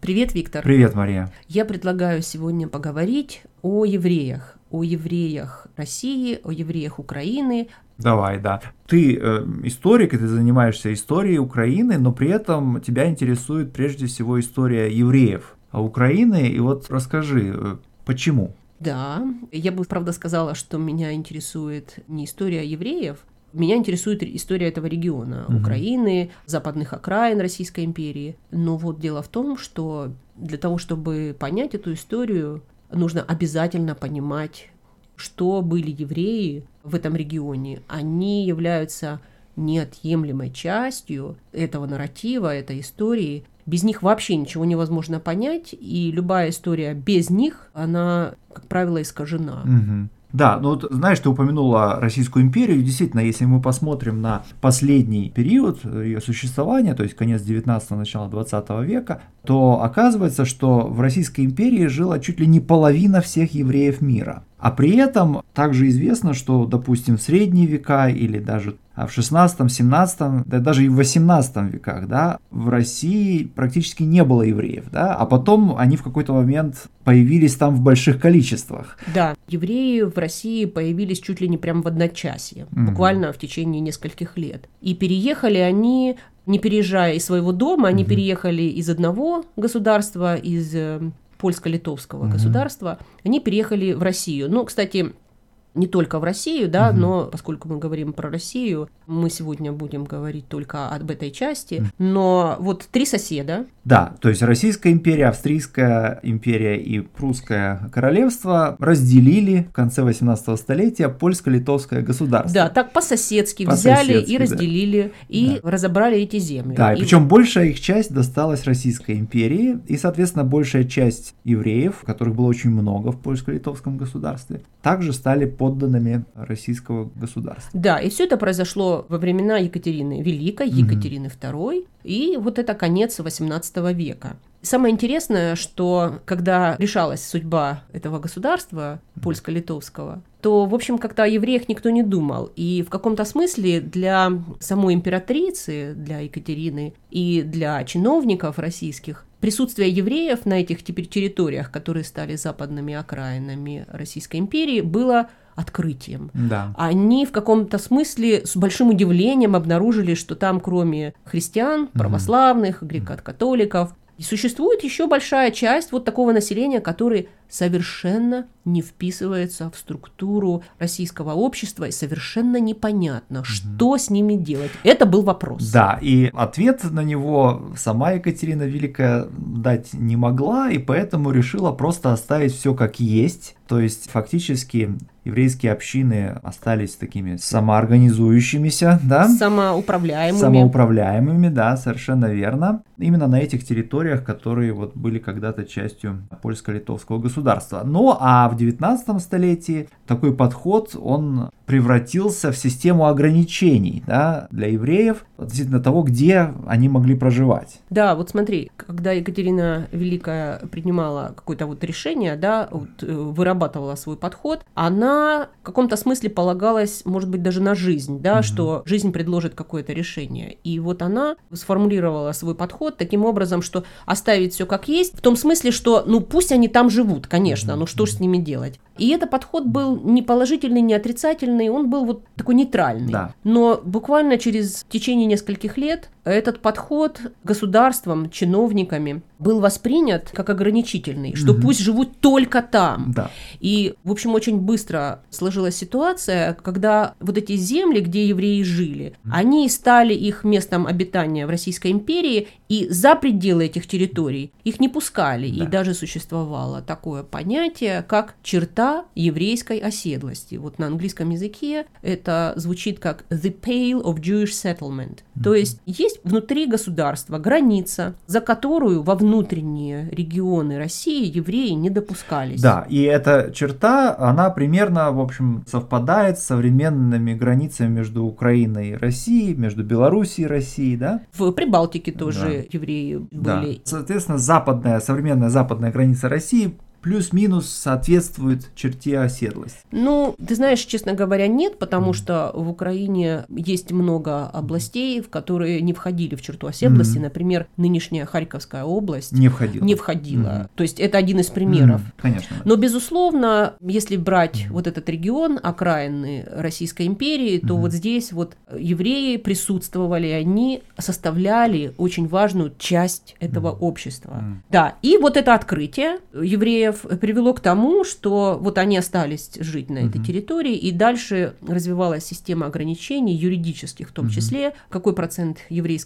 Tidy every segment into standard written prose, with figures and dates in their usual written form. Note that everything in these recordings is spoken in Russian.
Привет, Виктор. Привет, Мария. Я предлагаю сегодня поговорить о евреях России, о евреях Украины. Давай, да. Ты историк, и ты занимаешься историей Украины, но при этом тебя интересует прежде всего история евреев Украины. И вот расскажи, почему? Да, я бы, правда, сказала, что меня интересует не история евреев, меня интересует история этого региона, Украины, западных окраин Российской империи. Но вот дело в том, что для того, чтобы понять эту историю, нужно обязательно понимать, что были евреи в этом регионе. Они являются неотъемлемой частью этого нарратива, этой истории. Без них вообще ничего невозможно понять, и любая история без них, она, как правило, искажена. Да, ну вот знаешь, ты упомянула Российскую империю. Действительно, если мы посмотрим на последний период ее существования, то есть конец 19-го, начало 20 века, то оказывается, что в Российской империи жило чуть ли не половина всех евреев мира. А при этом также известно, что, допустим, в средние века или даже в 16, 17, да даже и в 18 веках, да, в России практически не было евреев, да, а потом они в какой-то момент появились там в больших количествах. Да, евреи в России появились чуть ли не прям в одночасье, буквально в течение нескольких лет. И переехали они, не переезжая из своего дома, они переехали из одного государства, из польско-литовского государства, они переехали в Россию. Ну, кстати, не только в Россию, да, но поскольку мы говорим про Россию, мы сегодня будем говорить только об этой части. Но вот три соседа. Да, то есть Российская империя, Австрийская империя и Прусское королевство разделили в конце 18 столетия польско-литовское государство. Да, так по-соседски взяли и разделили, и разобрали эти земли. Да, и причем большая их часть досталась Российской империи, и, соответственно, большая часть евреев, которых было очень много в польско-литовском государстве, также стали подданными российского государства. Да, и все это произошло во времена Екатерины Великой, Екатерины II, и вот это конец 18 века. Самое интересное, что когда решалась судьба этого государства, польско-литовского, то, в общем, как-то о евреях никто не думал. И в каком-то смысле для самой императрицы, для Екатерины и для чиновников российских присутствие евреев на этих теперь территориях, которые стали западными окраинами Российской империи, было открытием. Да. Они в каком-то смысле с большим удивлением обнаружили, что там, кроме христиан, православных, греко-католиков, существует еще большая часть вот такого населения, который совершенно не вписывается в структуру российского общества, и совершенно непонятно, что с ними делать. Это был вопрос. Да, и ответ на него сама Екатерина Великая дать не могла, и поэтому решила просто оставить все как есть. То есть фактически еврейские общины остались такими самоорганизующимися, да? Самоуправляемыми, да, совершенно верно. Именно на этих территориях, которые вот были когда-то частью польско-литовского государства. Ну, а в 19 столетии такой подход, он превратился в систему ограничений, да, для евреев относительно того, где они могли проживать. Да, вот смотри, когда Екатерина Великая принимала какое-то вот решение, да, вот, вырабатывала свой подход, она в каком-то смысле полагалась, может быть, даже на жизнь, да, что жизнь предложит какое-то решение. И вот она сформулировала свой подход таким образом, что оставить все как есть, в том смысле, что, ну, пусть они там живут, конечно, ну что ж с ними делать. И этот подход был не положительный, не отрицательный, он был вот такой нейтральный. Да. Но буквально через течение нескольких лет этот подход государством, чиновниками был воспринят как ограничительный, что пусть живут только там. Да. И, в общем, очень быстро сложилась ситуация, когда вот эти земли, где евреи жили, они стали их местом обитания в Российской империи, и за пределы этих территорий их не пускали. Да. И даже существовало такое понятие, как черта еврейской оседлости. Вот на английском языке это звучит как the pale of Jewish settlement. То есть внутри государства граница, за которую во внутренние регионы России евреи не допускались. Да, и эта черта, она примерно, в общем, совпадает с современными границами между Украиной и Россией, между Белоруссией и Россией, да? В Прибалтике тоже евреи были. Да. Соответственно, современная западная граница России плюс-минус соответствует черте оседлости? Ну, ты знаешь, честно говоря, нет, потому что в Украине есть много областей, в которые не входили в черту оседлости. Например, нынешняя Харьковская область не входила. То есть это один из примеров. Конечно. Но, безусловно, если брать вот этот регион, окраины Российской империи, то вот здесь вот евреи присутствовали, они составляли очень важную часть этого общества. Да, и вот это открытие евреев привело к тому, что вот они остались жить на этой территории, и дальше развивалась система ограничений, юридических в том числе, какой процент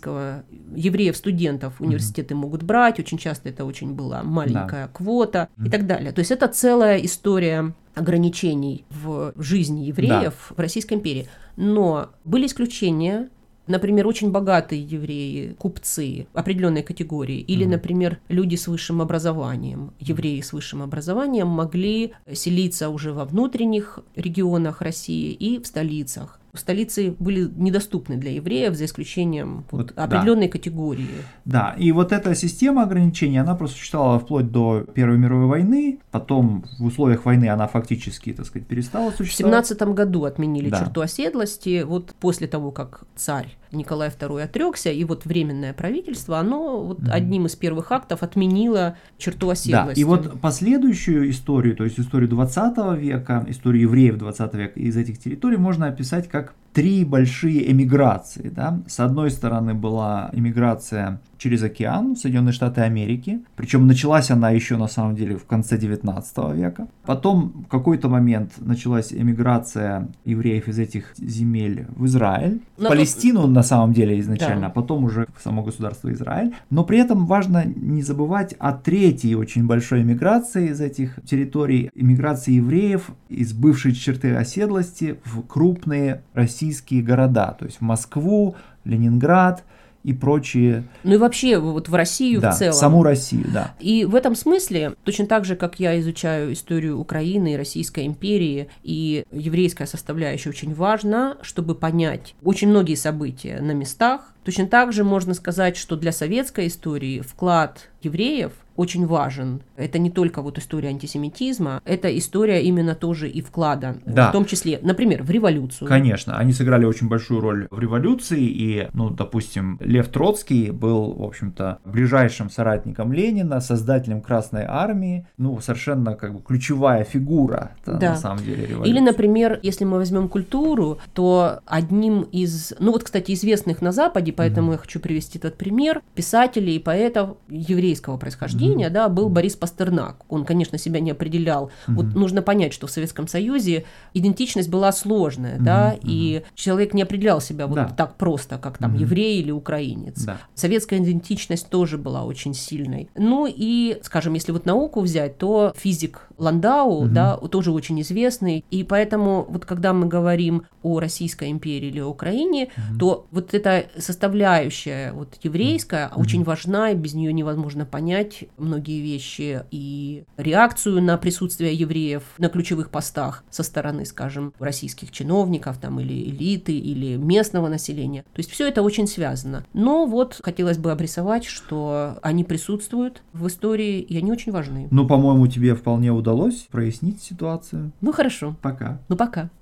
евреев-студентов университеты могут брать, очень часто это очень была маленькая квота и так далее. То есть это целая история ограничений в жизни евреев в Российской империи. Но были исключения. Например, очень богатые евреи, купцы определенной категории, или, например, люди с высшим образованием, евреи с высшим образованием могли селиться уже во внутренних регионах России и в столицах. Столицы были недоступны для евреев, за исключением определенной категории. Да, и вот эта система ограничений, она просто существовала вплоть до Первой мировой войны, потом в условиях войны она фактически, так сказать, перестала существовать. В 17 году отменили черту оседлости, вот после того, как царь Николай II отрекся, и вот Временное правительство, оно вот одним из первых актов отменило черту оседлости. Да, и вот последующую историю, то есть историю 20 века, историю евреев 20 века из этих территорий можно описать как три большие эмиграции. Да? С одной стороны была эмиграция через океан в Соединенные Штаты Америки, причем началась она еще на самом деле в конце 19 века. Потом в какой-то момент началась эмиграция евреев из этих земель в Израиль, в Палестину на самом деле изначально, а потом уже в само государство Израиль. Но при этом важно не забывать о третьей очень большой эмиграции из этих территорий, эмиграции евреев из бывшей черты оседлости в крупные российские города, то есть в Москву, Ленинград и прочие. Ну и вообще вот в Россию в целом. В саму Россию, да. И в этом смысле, точно так же, как я изучаю историю Украины и Российской империи, и еврейская составляющая очень важна, чтобы понять очень многие события на местах, точно так же можно сказать, что для советской истории вклад евреев очень важен. Это не только вот история антисемитизма, это история именно тоже и вклада, в том числе, например, в революцию. Конечно, они сыграли очень большую роль в революции, и, допустим, Лев Троцкий был, в общем-то, ближайшим соратником Ленина, создателем Красной Армии, совершенно как бы ключевая фигура на самом деле революции. Или, например, если мы возьмем культуру, то одним из, кстати, известных на Западе, поэтому я хочу привести этот пример, писателей и поэтов еврейского происхождения, был Борис Пастернак. Он, конечно, себя не определял. Вот нужно понять, что в Советском Союзе идентичность была сложная, и человек не определял себя вот так просто, как там еврей или украинец. Советская идентичность тоже была очень сильной. Ну и, скажем, если вот науку взять, то физик Ландау, тоже очень известный, и поэтому вот когда мы говорим о Российской империи или о Украине, то вот эта составляющая вот еврейская очень важна, и без нее невозможно понять многие вещи и реакцию на присутствие евреев на ключевых постах со стороны, скажем, российских чиновников там, или элиты, или местного населения. То есть все это очень связано. Но вот хотелось бы обрисовать, что они присутствуют в истории, и они очень важны. По-моему, тебе вполне удалось прояснить ситуацию. Хорошо. Пока. Пока.